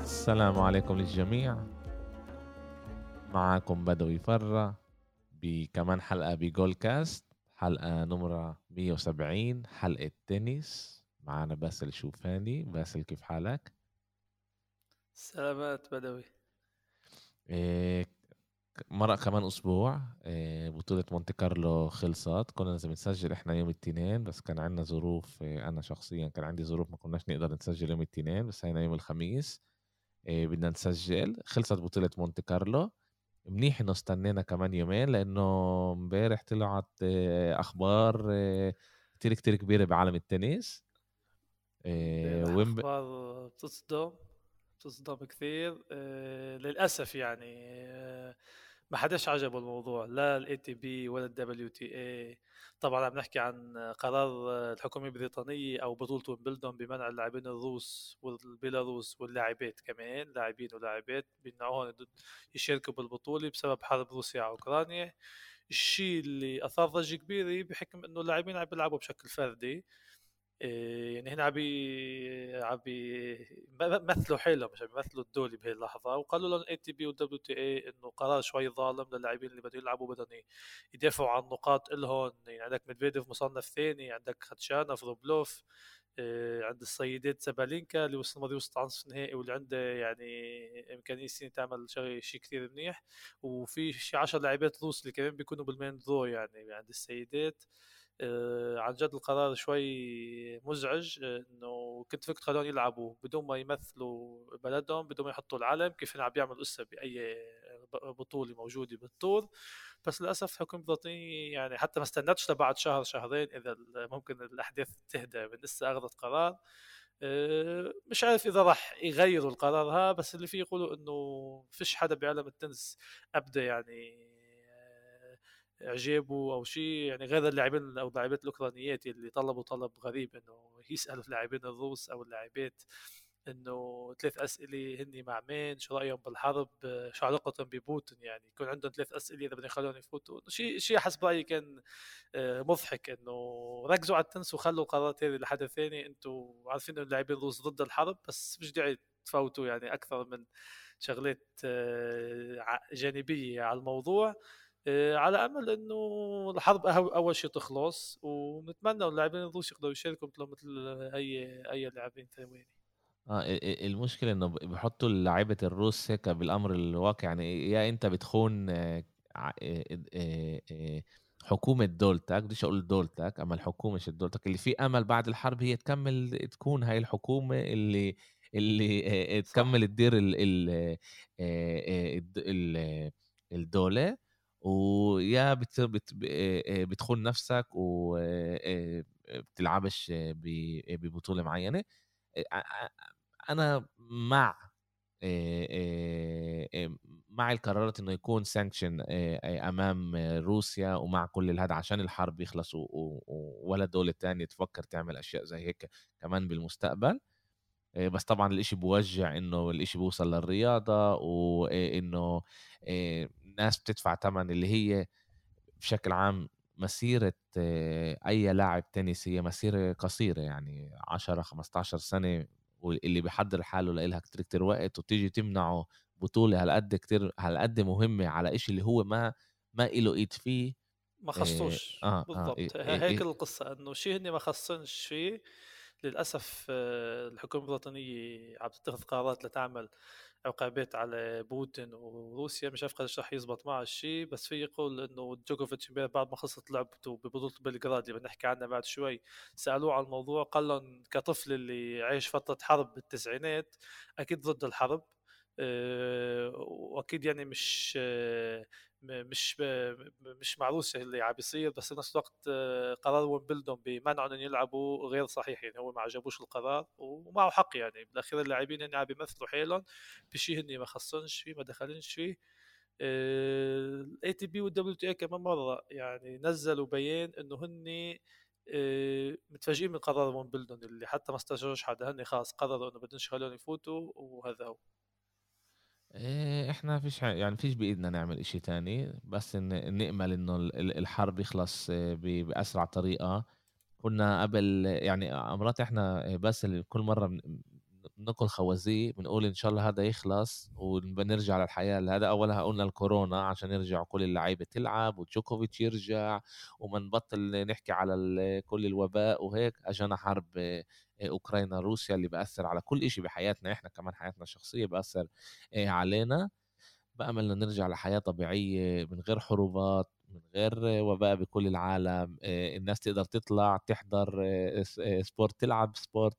السلام عليكم للجميع. معكم بدوي فرة بكمان حلقة بجول كاست، حلقة نمرة 170، حلقة تنس. معنا باسل شوفاني. باسل، كيف حالك؟ سلامات بدوي. إيه، مرة كمان أسبوع. بطولة مونte كارلو خلصت. كنا لازم نسجل إحنا يوم الاثنين، بس كان عندنا ظروف. أنا شخصيا كان عندي ظروف، ما كناش نقدر نسجل يوم الاثنين، بس هينا يوم الخميس. بدنا نسجل. خلصت بطولة مونte كارلو. منيح انه استنينا كمان يومين، لانه امبارح طلعت اخبار كتير كتير كبيرة بعالم التنس. امبارح وين اخبار بتصدم كثير، للاسف يعني. ما حدش عجبه الموضوع، لا الاي تي بي ولا الدبليو تي اي. طبعا عم نحكي عن قرار الحكومه البريطانيه او بطوله ويمبلدون بمنع اللاعبين الروس والبيلاروس واللاعبات كمان، لاعبين ولاعبات بيمنعوهم يشاركوا بالبطوله بسبب حرب روسيا على اوكرانيا. الشيء اللي اثار ضجه كبيره بحكم انه اللاعبين عم بيلعبوا بشكل فردي. يعني هنا مثلوا حالهم، مش عم يمثلوا الدولة بهي اللحظة، وقالوا لهم الاي تي بي والدبليو تي اي انه قرار شوي ظالم للاعبين اللي بدهم يلعبوا، بدهم يدافعوا عن نقاط الهم. يعني عندك ميدفيديف مصنف ثاني، عندك خدشانов روبلوف، عند السيدات زبالينكا اللي وصل الماضي وسط نصف نهائي، واللي عنده يعني امكانيه السنه تعمل شيء كثير منيح. وفي شي 10 لاعبات روس اللي كمان بيكونوا بالمين ذو يعني عند السيدات. عن جد القرار شوي مزعج، انه كنت فكرت خلون يلعبوا بدون ما يمثلوا بلدهم، بدون ما يحطوا العلم كيف عم بيعملوا اسا باي بطوله موجوده بالطور. بس للاسف الحكومه البريطانيه يعني حتى ما استنتش لبعد شهر شهرين اذا ممكن الاحداث تهدى، من لسه اخذت قرار. مش عارف اذا راح يغيروا القرار ها، بس اللي فيه يقولوا انه فيش حدا بعالم التنس ابدا يعني اعجابه او شيء، يعني غير اللاعبين او اللاعبات الاوكرانيات اللي طلبوا طلب غريب انه يسالوا اللاعبين الروس او اللاعبات انه 3 اسئله هن مع مين، شو رايهم بالحرب، شو علاقتهم ببوتين، يعني يكون عندهم 3 اسئله اذا بدهم يخلون يفوتوا. شيء حسب رايي كان مضحك. انه ركزوا على التنس وخلوا القرارات هذه لحد ثاني. انتم عارفين انه اللاعبين الروس ضد الحرب، بس مش داعي تفوتوا يعني اكثر من شغلات جانبيه على الموضوع. على امل انه الحرب اول شيء تخلص، ونتمنى اللاعبين الروس يقدروا يشاركوا مثل اي لاعبين ثانيين. المشكلة انه بيحطوا لعيبة الروس هيك بالامر الواقع، يعني يا انت بتخون حكومة دولتك. بديش اقول دولتك، اما الحكومة مش دولتك اللي في امل بعد الحرب هي تكمل، تكون هاي الحكومة اللي صح. تكمل تدير الدولة. ويا بتخون نفسك وبتلعبش ببطولة معينة. انا مع مع القرارات انه يكون سانكشن امام روسيا ومع كل هذا عشان الحرب يخلص، ولا دولة تانية تفكر تعمل اشياء زي هيك كمان بالمستقبل. بس طبعا الاشي بوجع انه الاشي بوصل للرياضة، وانه ناس بتدفع ثمن اللي هي بشكل عام مسيرة. أي لاعب تنس هي مسيرة قصيرة، يعني 10-15 سنة، واللي بيحضر حاله لإلها كتير كتير وقت، وتيجي تمنعه بطولة هالقد مهمة على إشي اللي هو ما إله إيد فيه. ما آه خصوش آه آه إيه بالضبط، إيه هيك إيه القصة، انه شيء هني ما خصنش فيه. للأسف الحكومة البريطانية عم تتخذ قرارات لتعمل عقابات على بوتين وروسيا. مش عارف قديش رح يزبط مع الشيء، بس في يقول انه جوكوفيتش امبارح بعد ما خلصت لعبته ببطولة بلغراد اللي بنحكي عنها بعد شوي، سألوه عن الموضوع، قال لهم كطفل اللي عايش فترة حرب بالتسعينات أكيد ضد الحرب. واكيد يعني مش مع روسيا اللي عم بيصير، بس بنفس الوقت قرار ويمبلدون بمنعهم ان يلعبوا غير صحيح، يعني هو ما عجبوش القرار ومعه حق. يعني بالاخير اللاعبين هن عم بيمثلوا حالهم بشيء هن ما خصنش فيه، ما دخلنش فيه. الاي تي بي والدبليو تي اي كمان مره يعني نزلوا بيان انه هن متفاجئين من قرار ويمبلدون، اللي حتى ما استشاروش حدا، هن خلاص قرروا انه بدنش خليهم يفوتوا وهذا هو. احنا فيش يعني فيش بايدنا نعمل اشي تاني، بس إن نأمل انه الحرب يخلص بأسرع طريقة. كنا قبل يعني امرات احنا بس اللي كل مرة بناكل خوازيق بنقول ان شاء الله هذا يخلص وبنرجع للحياه. هذا اولها قلنا الكورونا عشان يرجعوا كل اللعيبه تلعب وجوكوفيتش يرجع وما نبطل نحكي على كل الوباء، وهيك اجانا حرب اوكرانيا روسيا اللي بأثر على كل إشي بحياتنا، احنا كمان حياتنا الشخصيه بأثر علينا. بأمل نرجع لحياة طبيعية من غير حروبات، من غير وباء بكل العالم، الناس تقدر تطلع تحضر سبورت، تلعب سبورت،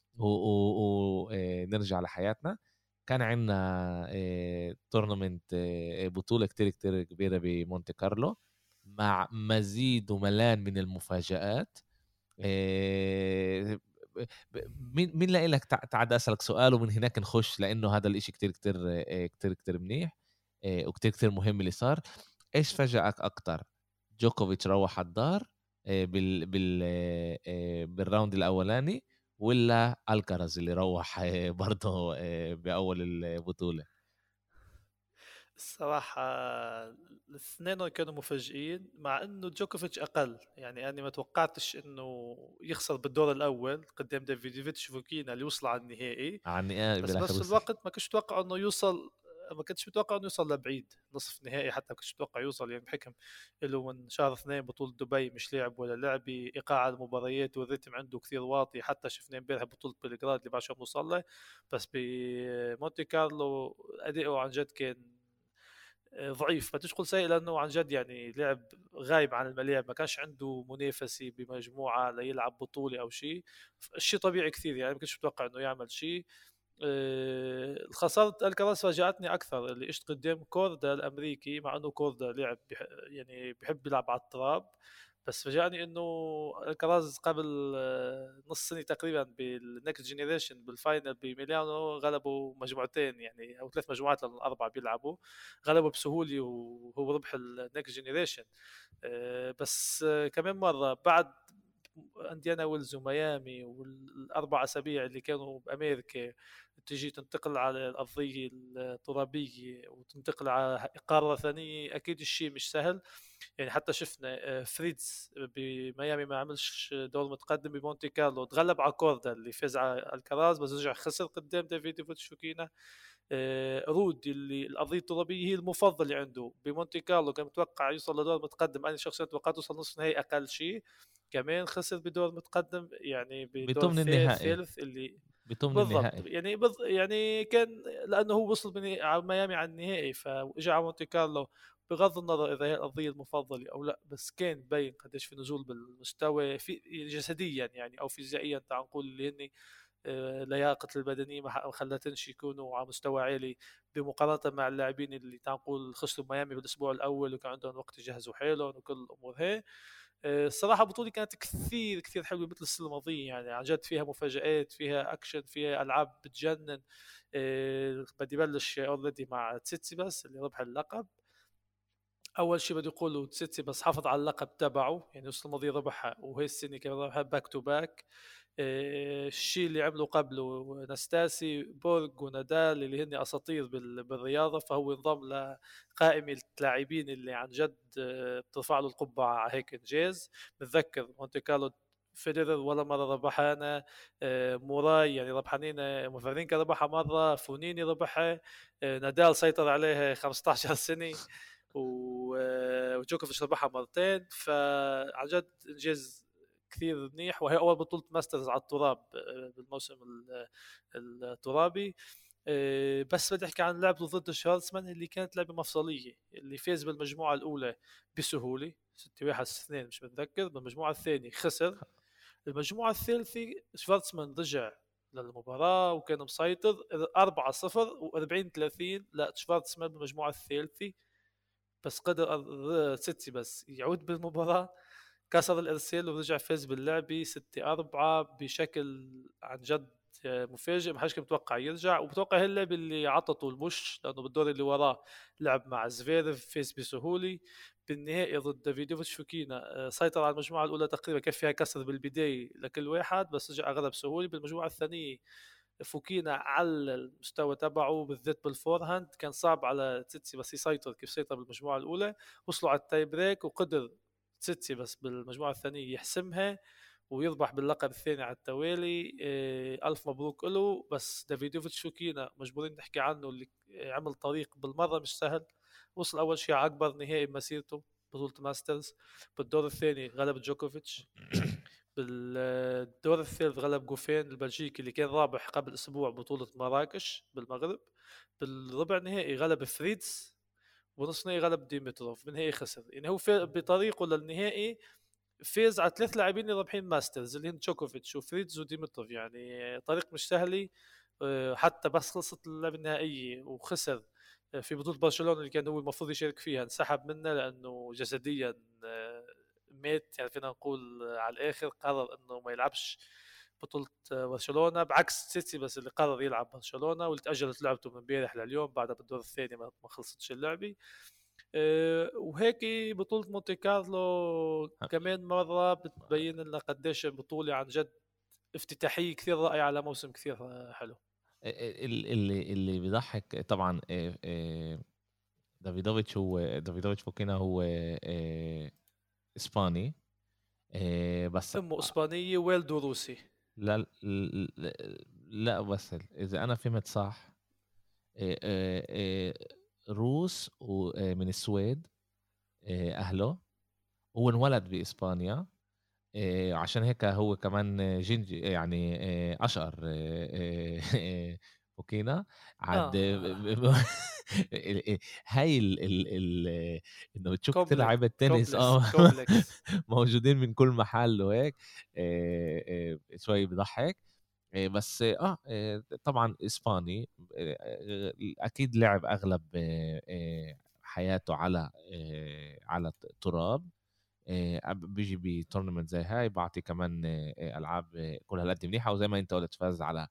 ونرجع لحياتنا. كان عندنا تورنمنت، بطولة كتير كتير كبيرة بمونte كارلو مع مزيد وملان من المفاجآت. آه، مين لاقي لك تعد أسألك سؤال ومن هناك نخش، لأنه هذا الإشي كتير كتير كتير كتير منيح وكتير كتير مهم اللي صار. إيش فاجأك أكتر؟ جوكوفيتش روح على الدار بالراوند الأولاني، ولا الكراز اللي روح برضه بأول البطولة؟ الصراحة الاثنين كانوا مفاجئين، مع انه جوكوفيتش اقل. يعني انا ما توقعتش انه يخسر بالدور الاول قدام ديفيدوفيتش فوكينا اللي وصل على النهائي. عني بس بالآخر بنفس وصل. الوقت ما كنتش متوقع انه يوصل لبعيد نصف نهائي، حتى ما كنتش متوقع يوصل. يعني بحكم له من شهر اثنين بطولة دبي مش لعب ولا لعب، ايقاع المباريات والريتم عنده كثير واطي. حتى شفنا امبارح بطولة بلغراد اللي بعد شو نوصل له، بس بمونتي كارلو اداؤه عن جد كان ضعيف. ما تقول سيء، لانه عن جد يعني لعب غايب عن الملاعب، ما كانش عنده منافسه بمجموعه ليلعب بطوله او شيء. الشيء طبيعي كثير، يعني ما كنتش متوقع انه يعمل شيء. الخسارة الكراس فاجأتني أكثر، اللي إشت قدام كوردا الأمريكي، مع أنه كوردا لعب يعني بيحب يلعب على التراب. بس فاجأني انه الكراز قبل نص سنه تقريبا بالنكست جينيريشن بالفاينل بميلانو غلبوا مجموعتين، يعني او ثلاث مجموعات لان الاربعه بيلعبوا، غلبوا بسهوله وهو ربح النكست جينيريشن. بس كمان مره بعد انديانا ويلز وميامي والاربع اسابيع اللي كانوا بامريكا، تجي تنتقل على الارضيه الترابيه وتنتقل على قاره ثانيه، اكيد الشيء مش سهل. يعني حتى شفنا فريدز بميامي ما عملش دور متقدم، بمونتي كارلو تغلب على كوردا اللي فاز على الكراز، بس رجع خسر قدام ديفيدوفيتش فوكينا. رود اللي الارضيه الترابيه هي المفضله عنده بمونتي كارلو، كان متوقع يوصل لدور متقدم. انا شخصيا توقعت يوصل نصف نهائي اقل شيء، كمان خسر بدور متقدم، يعني بدور بضمن النهائي، الثالث اللي بضمن بالضبط. النهائي. يعني يعني كان لانه هو وصل على ميامي على النهائي، فاجى على مونتي كارلو. بغض النظر اذا هي الارضيه المفضله او لا، بس كان باين قديش في نزول بالمستوى في جسديا يعني او فيزيائيا، تعال نقول اللي هن لياقة البدنية ما خلتنش يكونوا على مستوى عالي بمقارنة مع اللاعبين اللي تعال نقول خسروا ميامي بالأسبوع الأول وكان عندهم وقت يجهزوا حالهم وكل الأمور هي. الصراحة البطولة كانت كثير كثير حلوة مثل السنة الماضية، يعني عن جد فيها مفاجآت، فيها أكشن، فيها ألعاب بتجنن. بدي بلش اوريدي مع تسيتسي بس اللي ربح اللقب. اول شيء بدي اقوله تسيتسي بس حافظ على اللقب تبعه، يعني السنه الماضيه ربحها وهي السنه كمان ربحها باك تو باك. الشيء اللي عمله قبله نستاسي بورغ ونادال اللي هن اساطير بالرياضه، فهو انضم لقائمه اللاعبين اللي عن جد بترفع له القبعه على هيك انجاز. بتذكر مونتي كارلو فيدرر ولا مره ربحانا، موراي يعني ربحانين، موفرينكا ربحها مره، فونيني ربحها، نادال سيطر عليها 15 سنه، وجوكوفيتش ربحها مرتين. فعن جد انجاز كثير منيح، وهي اول بطوله ماسترز على التراب بالموسم الترابي. بس بدي احكي عن لعبته ضد شارلزمان اللي كانت لعبه مفصليه، اللي فاز بالمجموعه الاولى بسهوله 6-1 6-2 مش متذكر، بالمجموعه الثانيه خسر. المجموعه الثالثه شارلزمان رجع للمباراة وكان مسيطر 4-0 و40-30 لشفارتسمان بالمجموعة الثالثة. بس قدر سيتي بس يعود بالمباراة، كسر الارسال ورجع فاز باللعبه 6-4 بشكل عن جد مفاجئ. ما حدش كان متوقع يرجع، وبتوقع هي اللعبه اللي عطته البوش، لانه بالدور اللي وراه لعب مع زفيرف فاز بسهوله. بالنهائي ضد دافيدوفيتش فوكينا سيطر على المجموعه الاولى تقريبا، كان فيها كسر بالبدايه لكل واحد، بس رجع اغلب سهوله. بالمجموعه الثانيه فوكينا على المستوى تبعه بالذات بالفور هاند، كان صعب على تسيتسي بس يسيطر كيف سيطر بالمجموعه الاولى. وصلوا على التاي بريك وقدر تسيتسي بس بالمجموعه الثانيه يحسمها، ويربح باللقب الثاني على التوالي. ألف مبروك له. بس دافيدوفيتش فوكينا مجبورين نحكي عنه، اللي عمل طريق بالمرة مش سهل. وصل أول شيء على أكبر نهائي بمسيرته، بطولة ماسترز. بالدور الثاني غلب جوكوفيتش. بالدور الثالث غلب جوفين البلجيكي اللي كان رابح قبل أسبوع بطولة مراكش بالمغرب. بالربع نهائي غلب فريدز. ونص نهائي غلب ديمتروف. بالنهائي خسر. يعني هو بطريقه للنهائي فاز على 3 لاعبين اللي رابحين ماسترز اللي هم جوكوفيتش وفريدز وديمتروف. يعني طريق مش سهل. حتى بس خلصت اللعبة النهائية وخسر في بطولة برشلونة اللي كان هو المفروض يشارك فيها، انسحب منها لأنه جسديا مات. يعني فينا نقول على الآخر قرر أنه ما يلعبش بطولة برشلونة، بعكس سيتي بس اللي قرر يلعب برشلونة، واللي تأجلت لعبته من امبارح لليوم بعد بالدور الثاني ما خلصتش اللعبة. وهيك بطولة مونتي كارلو كمان مرة بتبين لنا قديش بطولة عن جد افتتاحية كثير رائعة على موسم كثير حلو. اللي بيضحك طبعا دافيدوفيتش فوكينا هو اسباني، بس امه اسبانية والده روسي. لا لا بس اذا انا فهمت صح روس ومن السويد اهله، هو انولد باسبانيا عشان هيك هو كمان جنجي يعني اشقر فوكينا عاد اه هاي انه بتشوف كتير كومبلكس لعيبه تنس كومبلكس. موجودين من كل محل وهيك شوي بضحك. بس طبعا اسباني اكيد لعب اغلب حياته على تراب. بيجي بتورنمنت زي هاي بعطي كمان العاب كل هالقد منيحه، وزي ما انت قلت فاز على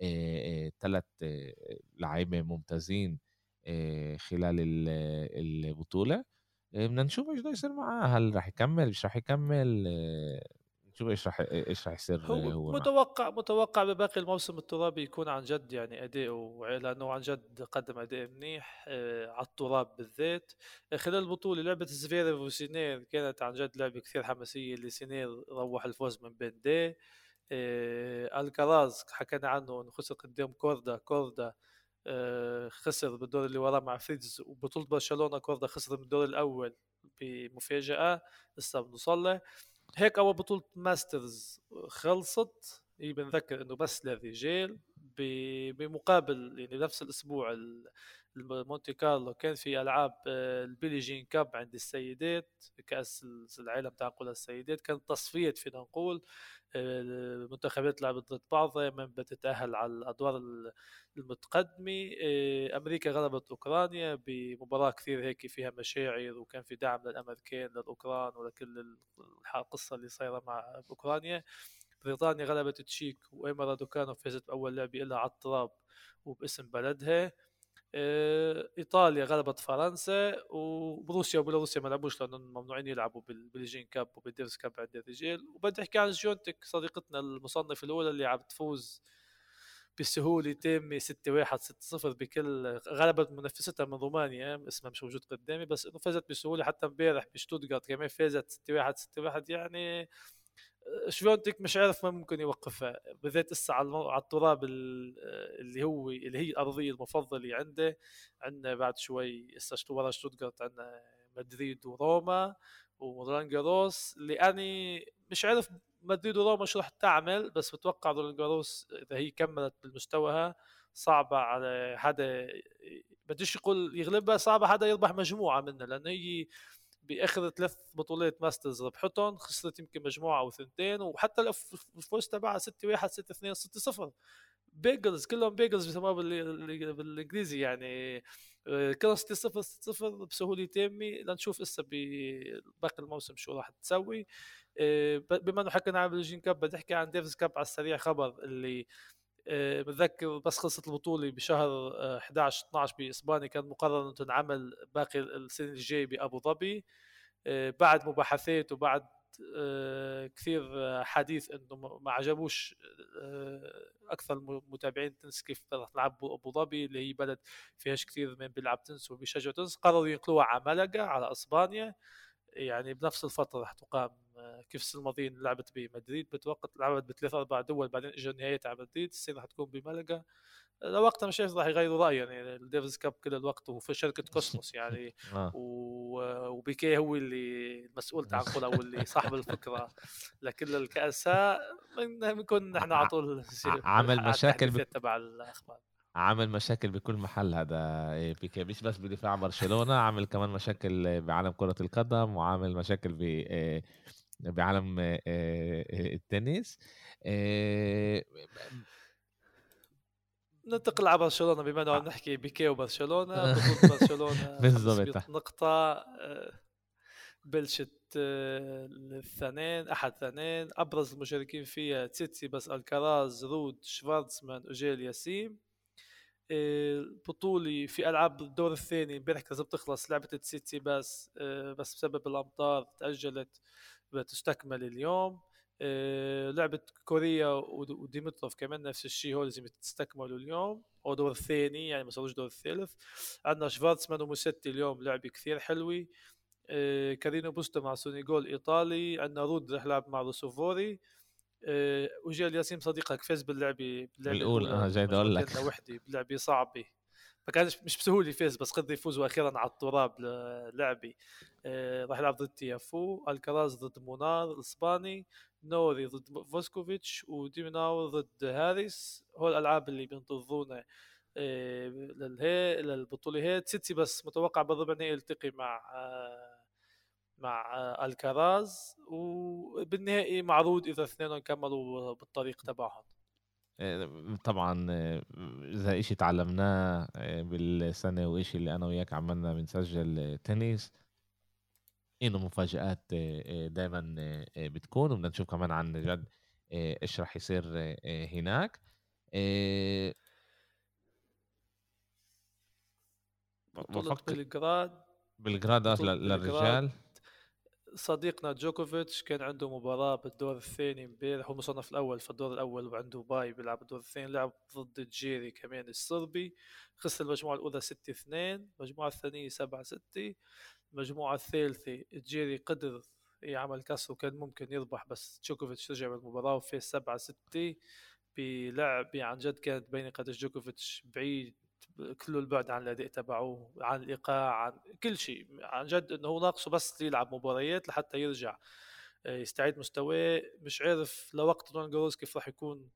3 لعيبه ممتازين خلال البطوله. بدنا نشوف ايش بده يصير معاه، هل راح يكمل مش راح يكمل، نشوف ايش راح يصير هو هو معه. متوقع بباقي الموسم الترابي يكون عن جد يعني أداؤه، لأنه عن جد قدم أداء منيح على التراب بالذات. خلال البطولة لعبة زفيريف وسينير كانت عن جد لعبة كثير حماسية، اللي سينير روح الفوز من بين دي. الكراز حكينا عنه انه خسر قدام كوردا خسر بالدور اللي وراه مع فريدز. وبطولة برشلونة كوردا خسر من الدور الأول بمفاجأة لسه بنوصل له. هيك أول بطولة ماسترز خلصت. هي بنذكر إنه بس للرجال. بمقابل يعني نفس الأسبوع مونتي كارلو كان في ألعاب البيلي جين كاب عند السيدات، كأس العالم تاع نقول السيدات. كانت تصفية فينا نقول المنتخبات لعبت ضد بعضها من بتتأهل على الأدوار المتقدمة. أمريكا غلبت أوكرانيا بمباراة كثير هيك فيها مشاعر، وكان في دعم للأمريكان للأوكران ولكل القصة اللي صايرة مع أوكرانيا. بريطانيا غلبت تشيك، وإيما رادوكانو فازت بأول لعبة لها على التراب وباسم بلدها. ايطاليا غلبت فرنسا، وروسيا وبيلاروسيا ما لعبوش لانهم ممنوعين يلعبوا بالجين كاب وبالديفز كاب عند الرجال. وبدي احكي عن جونتك صديقتنا المصنفه الاولى اللي عم تفوز بسهوله تامه 6-1 6-0 بكل غلبت منافستها من رومانيا اسمها مش موجود قدامي، بس انه فازت بسهوله. حتى امبارح بشتوتغارت كمان فازت 6-1 6-1. يعني شفيونتك مش عارف ما ممكن يوقفها، بالذات لسه على التراب اللي هي الارضيه المفضله عنده. عندنا بعد شوي لسه ورا شتوتغارت عندنا مدريد وروما ورولان جاروس، اللي انا مش عارف مدريد وروما شو راح تعمل، بس بتوقع رولان جاروس اذا هي كملت بالمستواها صعبه على حدا، بديش يقول يغلبها، صعبه حدا يربح مجموعه منها، لان هي باخر 3 بطولات ماسترز ربحتهم خسرت يمكن مجموعه او ثنتين. وحتى الفوز تبعها 6-1 6-2 6-0 بيجلز، كلهم بيجلز بيسموها بالانجليزي يعني. كلهم 6-0 6-0 بسهوله تامه. لنشوف هسه بباقي الموسم شو راح تسوي. بما انه حكينا عن الجين كاب بدي احكي عن ديفيز كاب على السريع. خبر اللي بتذكر بس خلصت البطولة بشهر 11 12 بإسبانيا، كان مقرر أن تنعمل باقي السنة الجاية بأبو ظبي. بعد مباحثات وبعد كثير حديث انه ما عجبوش اكثر المتابعين تنس كيف رح تلعب ابو ظبي اللي هي بلد فيهاش كثير من بيلعب تنس وبيشجعوا تنس. قرروا ينقلوها على ملقا على اسبانيا. يعني بنفس الفترة رح تقام كيف السنه الماضيه لعبت بمدريد بتوقت، لعبت بثلاث اربع دول بعدين اجى النهايات على مدريد. السنه حتكون بملقا. لوقتها مش عارف راح يغيروا رايهم يعني. الديفيز كاب كل الوقت وفي شركه كوسموس يعني. اه وبيكي هو اللي المسؤول عن نقول او اللي صاحب الفكره لكل الكاسات. بنكون نحن على ع- طول عمل على مشاكل التحديثات تبع الاخبار. عمل مشاكل بكل محل هذا. بيكي مش بس بدفاع برشلونة، عمل كمان مشاكل بعالم كرة القدم، وعامل مشاكل بعالم التنس. آه، ننتقل على برشلونه بما انه ع- عم نحكي بيكي وبرشلونه. بطوله برشلونه 500 بالضبط. نقطه. بلشت الاثنين احد اثنين. ابرز المشاركين فيها تسيتسي بس، الكراز، رود، شفارتزمان، اوجيل، ياسيم. البطولة في ألعاب الدور الثاني امبارح كانت لازم تخلص لعبة السيتي بس بسبب الأمطار تأجلت بتستكمل اليوم. لعبة كوريا وديمتروف كمان نفس الشيء، هو لازم تستكملوا اليوم أو دور الثاني يعني ما صاروش دور الثالث. عندنا شفارتسمان وموسيتي اليوم لعبة كثير حلوة. كارينو بوستا مع سونيغول إيطالي. عندنا رود رح لعب مع روسوفوري. وجيل ياسين صديقك فاز باللعبة الأول الأولى جاي بدي أقول مجموعتين لك. لوحدي بلعبة صعبة. ما كانش مش بسهولة يفوز بس قدر يفوز أخيرا على التراب لعبة. راح يلعب ضد تيافو. الكراز ضد مونار الإسباني. نوري ضد فوسكوفيتش. وديميناور ضد هاريس. هو الألعاب اللي بينتظرونا للبطولة هي. سيتي بس متوقع بالربع النهائي يلتقي مع الكراز. وبالنهائي معروض اذا اثنينهم كملوا بالطريق تبعهم. طبعا إذا إشي تعلمناه بالسنة، وإشي اللي أنا وياك عملنا بنسجل تنس، إنه مفاجآت دايما بتكون، وبدنا نشوف كمان عن جد إيش راح يصير هناك. آه، بطولة بفكر بلغراد. بلغراد بطولة بلغراد للرجال. صديقنا جوكوفيتش كان عنده مباراة بالدور الثاني امبارح. هو مصنف الأول في الدور الأول وعنده باي بيلعب الدور الثاني. لعب ضد الجيري كمان الصربي. خسر المجموعة الأولى 6-2. المجموعة الثانية 7-6. المجموعة الثالثة الجيري قدر يعمل كسر وكان ممكن يربح بس جوكوفيتش رجع بالمباراة وفاز 7-6 بلعب عن جد كانت بين قدش جوكوفيتش بعيد كل البعد عن الأداء تبعه، عن الإيقاع، عن كل شيء. عن جد إنه هو ناقصه بس يلعب مباريات لحتى يرجع يستعيد مستواه. مش عارف لوقت رولان جاروس كيف راح يكون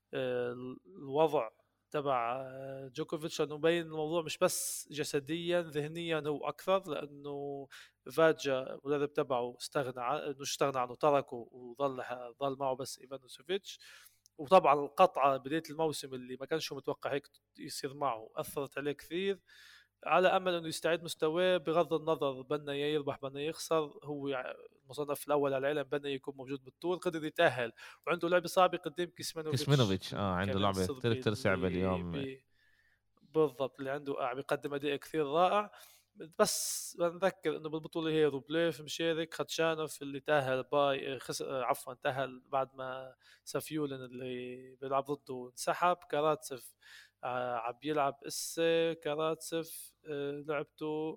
الوضع تبع جوكوفيتش، لانه مبين الموضوع مش بس جسديا، ذهنيا هو اكثر. لانه فاجا المدرب تبعه استغنى عنه تركه ظل معه بس ايفانوسوفيتش. وطبعا القطعه بدايه الموسم اللي ما كانش متوقع هيك يصير معه اثرت عليه كثير. على امل انه يستعيد مستواه بغض النظر بنا يربح بنا يخسر. هو المصنف الاول على العالم بنا يكون موجود بالطول قدر يتاهل. وعنده لعبه صعبه قدام كيسمانوفيتش كسمينوفيتش عنده كمان لعبة كتير الصربي كتير صعبة اليوم. بالضبط اللي عنده بيقدم اداء كثير رائع. بس بنذكر انه بالبطوله هي روبليف مشارك. خدشانوف اللي تاهل باي خسر عفوا تاهل بعد ما سافيولين اللي بيلعب ضده انسحب. كاراتسف عم يلعب كاراتسف لعبته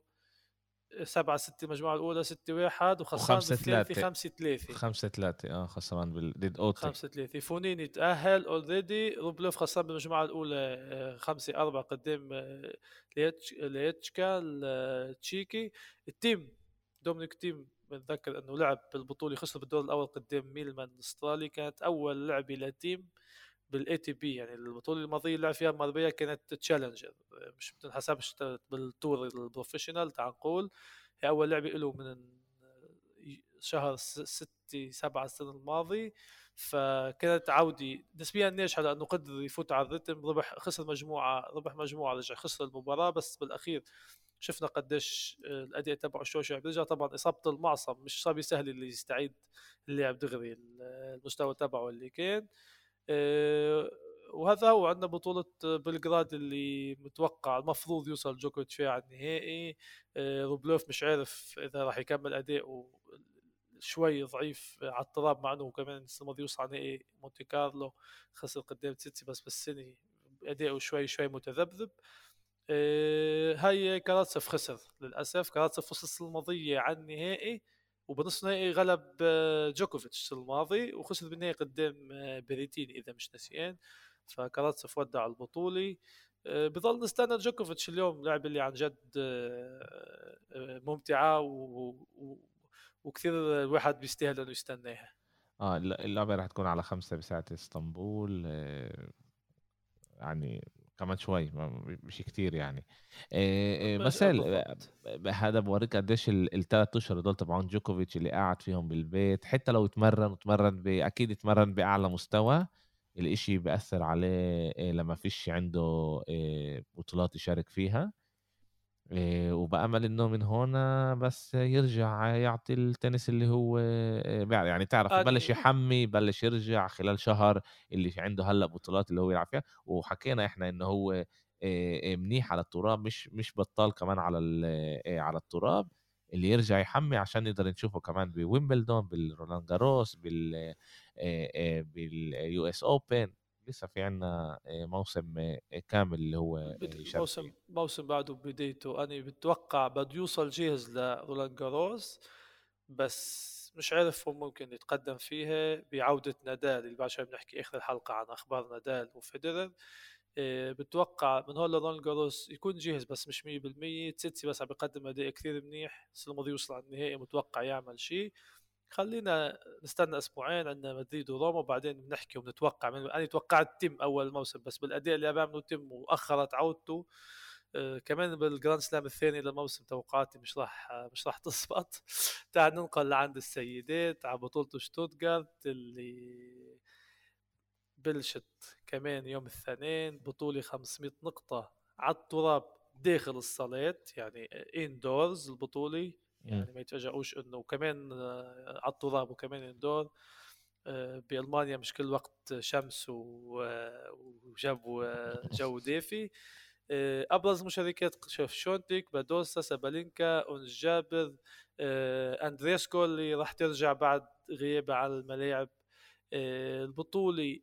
7-6 المجموعة الأولى 6-1 وخسران وخمسة بالثالثة ثلاثة 5-3. 5-3 خسران ضد اوتري. 5-3 فونيني تأهل اوريدي. روبلوف خسران بالمجموعة الأولى 5-4 قدام ليتشكا التشيكي. التيم دومينيك تيم بنذكر انه لعب بالبطولة خسر بالدور الأول قدام ميلمان الأسترالي. كانت أول لعبة لتيم بالاي تي بي يعني. البطوله الماضيه اللي لعب فيها ماربيا كانت تشالنجر مش بتنحسبش بالتور البروفيشنال تعال نقول. هي اول لعبه له من شهر 6-7 السنه الماضي. فكانت عودة نسبيا ناجحة لأنه قدر يفوت على الريتم. ربح مجموعة رجع خسر المباراة بس بالأخير شفنا قديش الأداء تبعه شوشة رجع. طبعا إصابة المعصم مش صعب سهل اللي يستعيد اللاعب دغري المستوى تبعه اللي كان. وهذا هو. عندنا بطولة بلغراد اللي متوقع المفروض يوصل جوكوفيتش فيها على النهائي. روبلوف مش عارف إذا راح يكمل أداءه شوي ضعيف على التراب مع انه كمان السنه الماضيه وصل على نهائي مونتي كارلو خسر قدام سيتي بس بالسنه اداؤه شوي متذبذب. هاي كاراتسف خسر للاسف. كاراتسف وصل السنه الماضيه على النهائي وبنص النهائي غلب جوكوفيتش الماضي، وخسر بالنهائي قدام بريتيني اذا مش ناسيين. فكاراتسف ودع البطوله. بضل نستنى جوكوفيتش اليوم، لعبة اللي عن جد ممتعة وكثير الواحد بيستاهل انه يستناها. اللعبة راح تكون على 5 بساعة اسطنبول، يعني كمان شوي، مش كتير يعني. بس بالضبط. هذا بوريك قديش الثلاث اشهر دول تبعون جوكوفيتش اللي قاعد فيهم بالبيت، حتى لو يتمرن اكيد يتمرن باعلى مستوى، الاشي بيأثر عليه لما فيش عنده بطولات يشارك فيها. وبأمل إنه من هنا بس يرجع يعطي التنس اللي هو يعني تعرف يبلش اني يحمي، يبلش يرجع خلال شهر اللي في عنده هلأ بطولات اللي هو يلعب فيها. وحكينا إحنا إنه هو منيح على التراب، مش بطال كمان على على التراب، اللي يرجع يحمي عشان نقدر نشوفه كمان بويمبلدون، بالرولان جاروس، باليو اس اوبن. لسه في عنا موسم كامل اللي هو يشارك الموسم فيه. بعده بدايته، انا بتوقع بده يوصل جاهز لرولان جاروس، بس مش عارف هو ممكن يتقدم فيها بعودة نادال اللي بعد شوي بنحكي اخر الحلقة عن اخبار نادال وفيدرر. بتوقع من هون لرولان جاروس يكون جاهز بس مش 100%. تسيتسي بس عم بيقدم اداء كثير منيح، السنة الماضية يوصل على النهائي، متوقع يعمل شيء. خلينا نستنى اسبوعين، عندنا مدريد وروما، وبعدين بنحكي وبنتوقع. انا توقعت تيم اول الموسم، بس بالاداء اللي عم بيعمله تيم واخرت عودته. كمان بالجراند سلام الثاني للموسم توقعاتي مش راح تزبط. تعال ننقل لعند السيدات على بطولة شتوتغارت اللي بلشت كمان يوم الاثنين. بطولة 500 نقطة على التراب داخل الصالات، يعني اندورز البطولة، مم. يعني ما يتفاجئوش انه كمان على التراب وكمان اندور. بألمانيا مش كل وقت شمس وجو دافي. أبرز مشاركات شوف شونتيك، بادوسا، سابالينكا، أونس جابر، أندريسكو اللي راح ترجع بعد غياب عن الملاعب. البطولة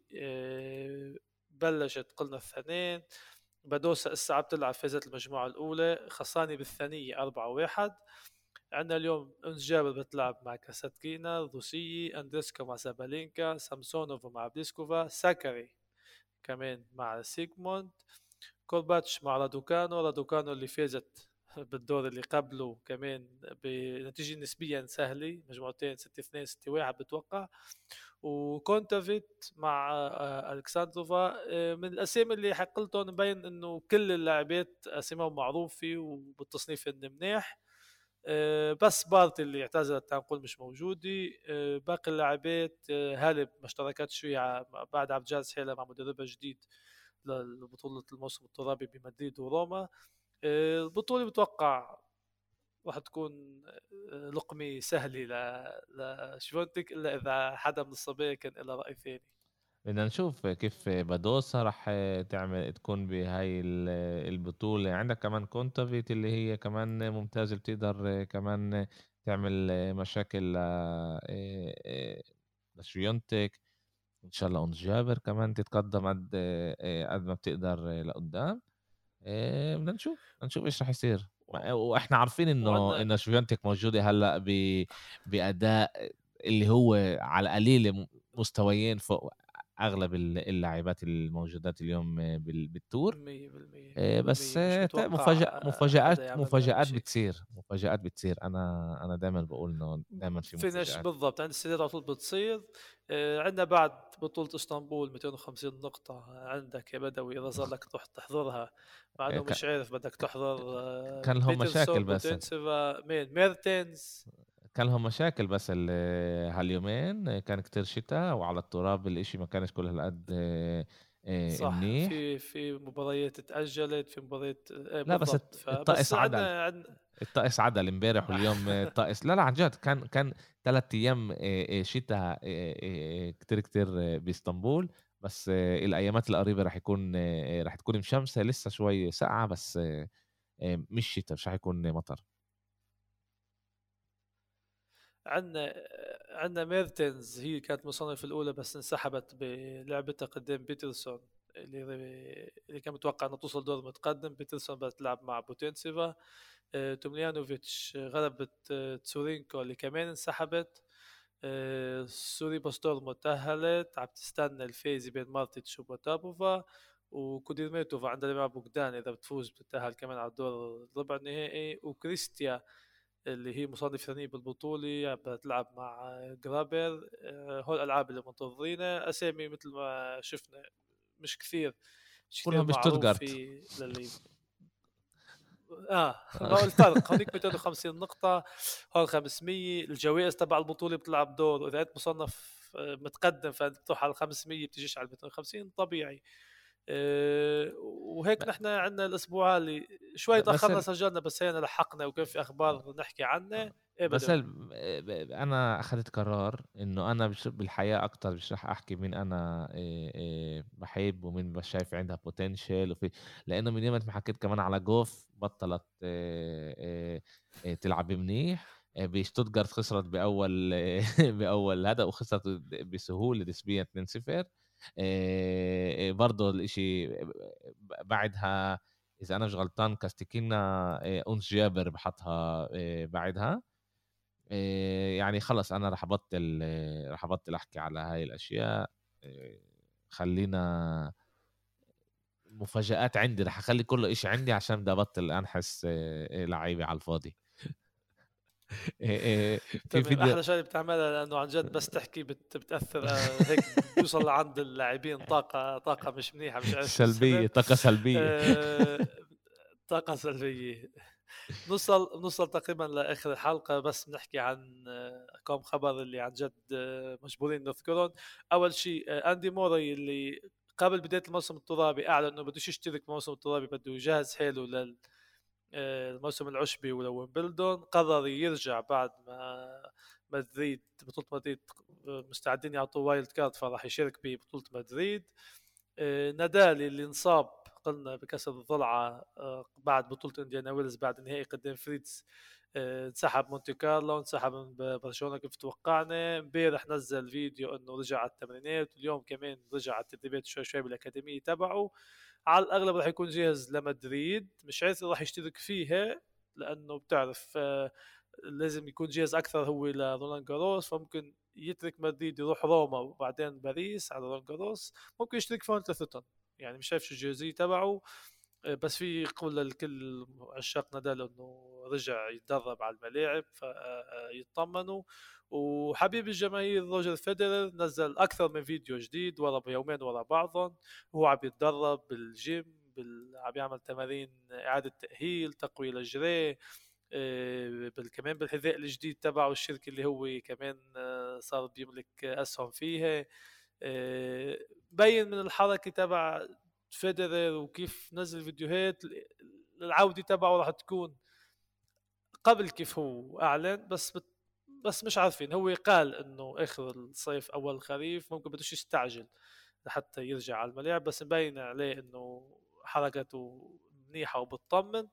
بلشت قلنا الثنين. بادوسا الساعة بتلعب، فازت المجموعة الأولى، خسرانة بالثانية 4-1. عندنا اليوم أنس جابر بتلعب مع كاساتكينا الروسية، أندريسكا مع سابالينكا، سامسونوف مع بليسكوفا، ساكري كمان مع سيغموند، كورباتش مع رادوكانو اللي فازت بالدور اللي قبله كمان بنتيجة نسبيا سهلة، مجموعتين 6-2 6-1 بتوقع. وكونتافيت مع الكساندروفا. من الاسامي اللي حقلتهم مبين انه كل اللاعبات اساميهم معروفه وبالتصنيف انه منيح. بس بارت اللي اعتزلت نقول مش موجودة. باقي اللاعبات هالب ما اشتركتش ويا بعد عم جالس حيلها مع مدربها جديد لبطولة الموسم الترابي بمدريد وروما. البطولة بتوقع راح تكون لقمة سهلة لشفونتك، إلا إذا حدا من الصبية كان له رأي ثاني. بدنا نشوف كيف بادوسا راح تكون بهاي البطولة. عندك كمان كونتافيت اللي هي كمان ممتازة، بتقدر كمان تعمل مشاكل لشويونتك. ان شاء الله اونس جابر كمان تتقدم قد ما بتقدر لقدام. بدنا نشوف ايش راح يصير. واحنا عارفين وعندنا انه شوفيانتك موجوده هلا باداء اللي هو على قليل مستويين فوق اغلب اللاعبات الموجودات اليوم بالتور. 100% بس 100% مش متوقع مفاجأ حدا مفاجآت يعمل لنا مفاجآت إشي. بتصير مفاجآت بتصير. انا دائما بقول انه دائما في فينش مفاجآت. بالضبط، عند السيدات على طول بتصير. عندنا بعد بطولة اسطنبول 250 نقطة، عندك يا بدوي إذا صار لك تروح تحضرها، مع إنه مش عارف بدك تحضر كان لهم مشاكل بيترسون بس بوتنسيفا مين ميرتنز. كان لهم مشاكل بس هاليومين كان كتير شتاء وعلى التراب الاشي ما كانش كل هالقد صح، منيح. في مباريات تأجلت، في مباريات لا بس بالضبط. الطقس فبس عدل. عندنا الطقس عدل امبارح واليوم الطقس، لا عن جد كان 3 ايام شتاء كتير كتير باسطنبول. بس الايامات القريبه راح تكون مشمسه، لسه شوي ساقعه بس مش شتاء، مش راح يكون مطر. عندنا ميرتنز، هي كانت مصنفة الأولى بس انسحبت بلعبتها قدام بيترسون اللي كان متوقع انها توصل دور متقدم. بيترسون بتلعب مع بوتنسيفا. تومليانوفيتش غلبت تسورينكو اللي كمان انسحبت. سوري بوستورمو تأهلت، عم تستنى الفيزي بين مارتيتش وبوتابوفا. وكوديرميتوفا عندها مع بوغدان إذا بتفوز بتتأهل كمان على الدور الربع النهائي. وكريستيا اللي هي مصنف ثاني بالبطولة بتلعب مع جرابر. هول الألعاب اللي منتظرينها. أسامي مثل ما شفنا مش كثير كلهم معروف بشتوتغارت. في للي ما هو الفرق هونيك 250 نقطة، هون 500. الجوائز تبع البطولة بتلعب دور، وإذا أنت مصنف متقدم فأنت بتروح على 500 بتجيش على 250 طبيعي. وهيك نحن عندنا الأسبوع اللي شوي بس تأخرنا سجلنا، بس هينا لحقنا وكان في أخبار نحكي عنه. إيه بس بدو انا اخذت قرار انه انا بالحياه اكتر مش رح احكي مين انا بحب ومين بس شايف عندها بوتنشل لانه من يوم ما حكيت كمان على جوف بطلت تلعب منيح. بشتوتغارت خسرت باول باول هذا وخسرت بسهوله نسبيا 2-0. برضه الاشي بعدها اذا انا مش غلطان كاستيكينا اونس جابر بحطها بعدها. يعني خلص انا رح ابطل احكي على هاي الاشياء. خلينا مفاجآت عندي، رح اخلي كل إشي عندي عشان بدي ابطل انحس لعيبة على الفاضي. في تمام. فيديو أحلى شيء بتعملها لأنه عن جد بس تحكي بتأثر. هيك بيوصل لعند اللاعبين طاقة مش منيحة، مش عارف شو سلبية، السبب. طاقة سلبية. آه، طاقة سلبية. نوصل تقريبا لآخر الحلقة، بس بنحكي عن كم خبر اللي عن جد مجبورين نذكرهم. أول شيء أندي موري اللي قبل بداية الموسم الترابي أعلن إنه بدوش يشترك بالموسم الترابي، بده يجهز حاله الموسم العشبي ولويمبلدون. قرر يرجع بعد ما بطولة مدريد مستعدين يعطوه وايلد كارد، فراح يشارك ببطولة مدريد. نادال اللي انصاب قلنا بكسر الضلعة بعد بطولة انديانا ويلز بعد نهائي قدام فريتز. انسحب مونتي كارلو، انسحب من برشلونة كيف توقعنا. امبارح نزل فيديو انه رجع على التمرينات، واليوم كمان رجع على التدريبات شوي شوي بالاكاديمية تبعه. على الاغلب راح يكون جاهز لمدريد، مش عارف راح يشترك فيها لانه بتعرف لازم يكون جاهز اكثر هو لرولان جاروس، فممكن يترك مدريد يروح روما وبعدين باريس على رولان جاروس. ممكن يشترك فيهم ثلاثتهم، يعني مش شايف شو الجاهزية تبعه. بس في قول للكل عشاق نادال انه رجع يتدرب على الملاعب فيطمنوا. وحبيب الجماهير روجر فيدرر نزل اكثر من فيديو جديد ورا بيومين ورا بعضهم. هو عم يتدرب بالجيم، عم يعمل تمارين اعاده تاهيل تقويه للجري. كمان بالحذاء الجديد تبعه الشركه اللي هو كمان صار بيملك اسهم فيها. بين من الحركه تبع فيدرر وكيف نزل فيديوهات العودة تبعه راح تكون قبل كيف هو أعلن. بس مش عارفين. هو قال إنه آخر الصيف أول الخريف، ممكن بدوش يستعجل لحتى يرجع على الملاعب، بس مبين عليه إنه حركته منيحة وبتطمن.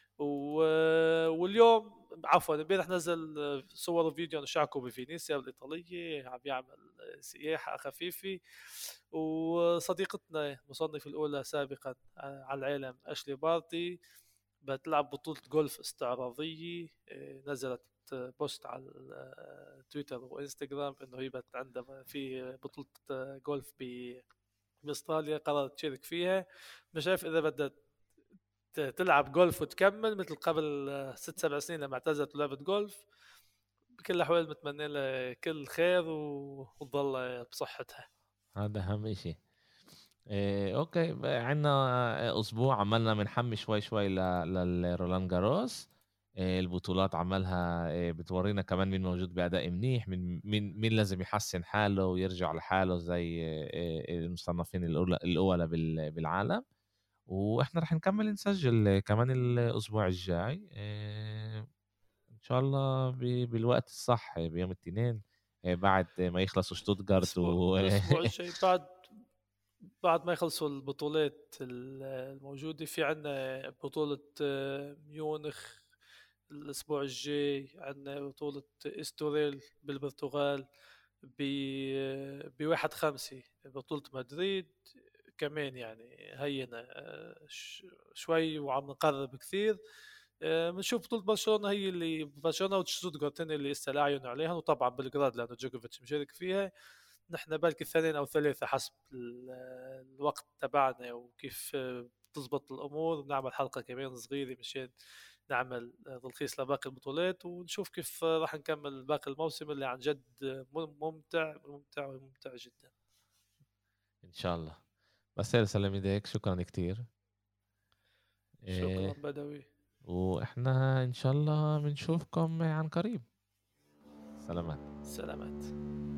واليوم عفوا امبارح نزل صور وفيديو انه شعكه بفينيسيا الايطاليه عم يعمل سياحه خفيفه. وصديقتنا المصنفه الاولى سابقا على العالم اشلي بارتي بتلعب بطوله جولف استعراضيه. نزلت بوست على تويتر وانستغرام انه هي عندها في بطوله جولف باستراليا، قررت تشارك فيها. مش عارف اذا بدها تلعب جولف وتكمل مثل قبل 6 7 سنين لما اعتزلت لعبة جولف. بكل الأحوال بتمنى لها كل خير وتضل بصحتها. هذا اهم شيء. اوكي عندنا اسبوع عملنا بنحمي شوي شوي لرولان جاروس. البطولات عملها بتورينا كمان مين موجود بأداء منيح، مين لازم يحسن حاله ويرجع لحاله زي المصنفين الأولى بالعالم. واحنا رح نكمل نسجل كمان الاسبوع الجاي ان شاء الله بالوقت الصح بيوم الاثنين بعد ما يخلصوا شتوتغارت الأسبوع الجاي بعد ما يخلصوا البطولات الموجودة. في عنا بطولة ميونخ الأسبوع الجاي، عنا بطولة إستوريل بالبرتغال ب1/5 بطولة مدريد كمان. يعني هينا شوي وعم نقرب كثير. بنشوف بطولة برشلونة هي اللي برشلونة وشتوتغارت هن اللي استلع عيون عليها، وطبعا بلغراد لأنه جوكوفيتش مشارك فيها. نحن بلكي 2 أو 3 حسب الوقت تبعنا وكيف بتزبط الأمور، بنعمل حلقة كمان صغيرة مشان نعمل تلخيص لباقي البطولات، ونشوف كيف راح نكمل باقي الموسم اللي عن جد ممتع ممتع ممتع جدا. ان شاء الله. بس سلام ايديك، شكرا كتير. شكرا إيه، بدوي. واحنا ان شاء الله بنشوفكم عن قريب. سلامات. سلامات.